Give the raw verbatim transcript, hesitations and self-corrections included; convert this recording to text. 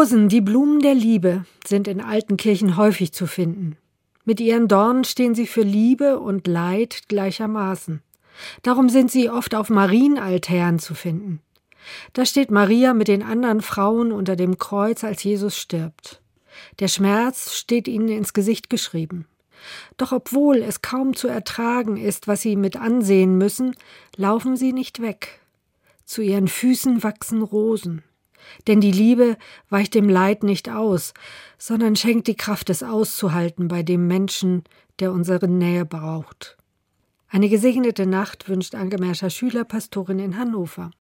Rosen, die Blumen der Liebe, sind in alten Kirchen häufig zu finden. Mit ihren Dornen stehen sie für Liebe und Leid gleichermaßen. Darum sind sie oft auf Marienaltären zu finden. Da steht Maria mit den anderen Frauen unter dem Kreuz, als Jesus stirbt. Der Schmerz steht ihnen ins Gesicht geschrieben. Doch obwohl es kaum zu ertragen ist, was sie mit ansehen müssen, laufen sie nicht weg. Zu ihren Füßen wachsen Rosen. Denn die Liebe weicht dem Leid nicht aus, sondern schenkt die Kraft, es auszuhalten bei dem Menschen, der unsere Nähe braucht. Eine gesegnete Nacht wünscht Anke Merscher, Schülerpastorin in Hannover.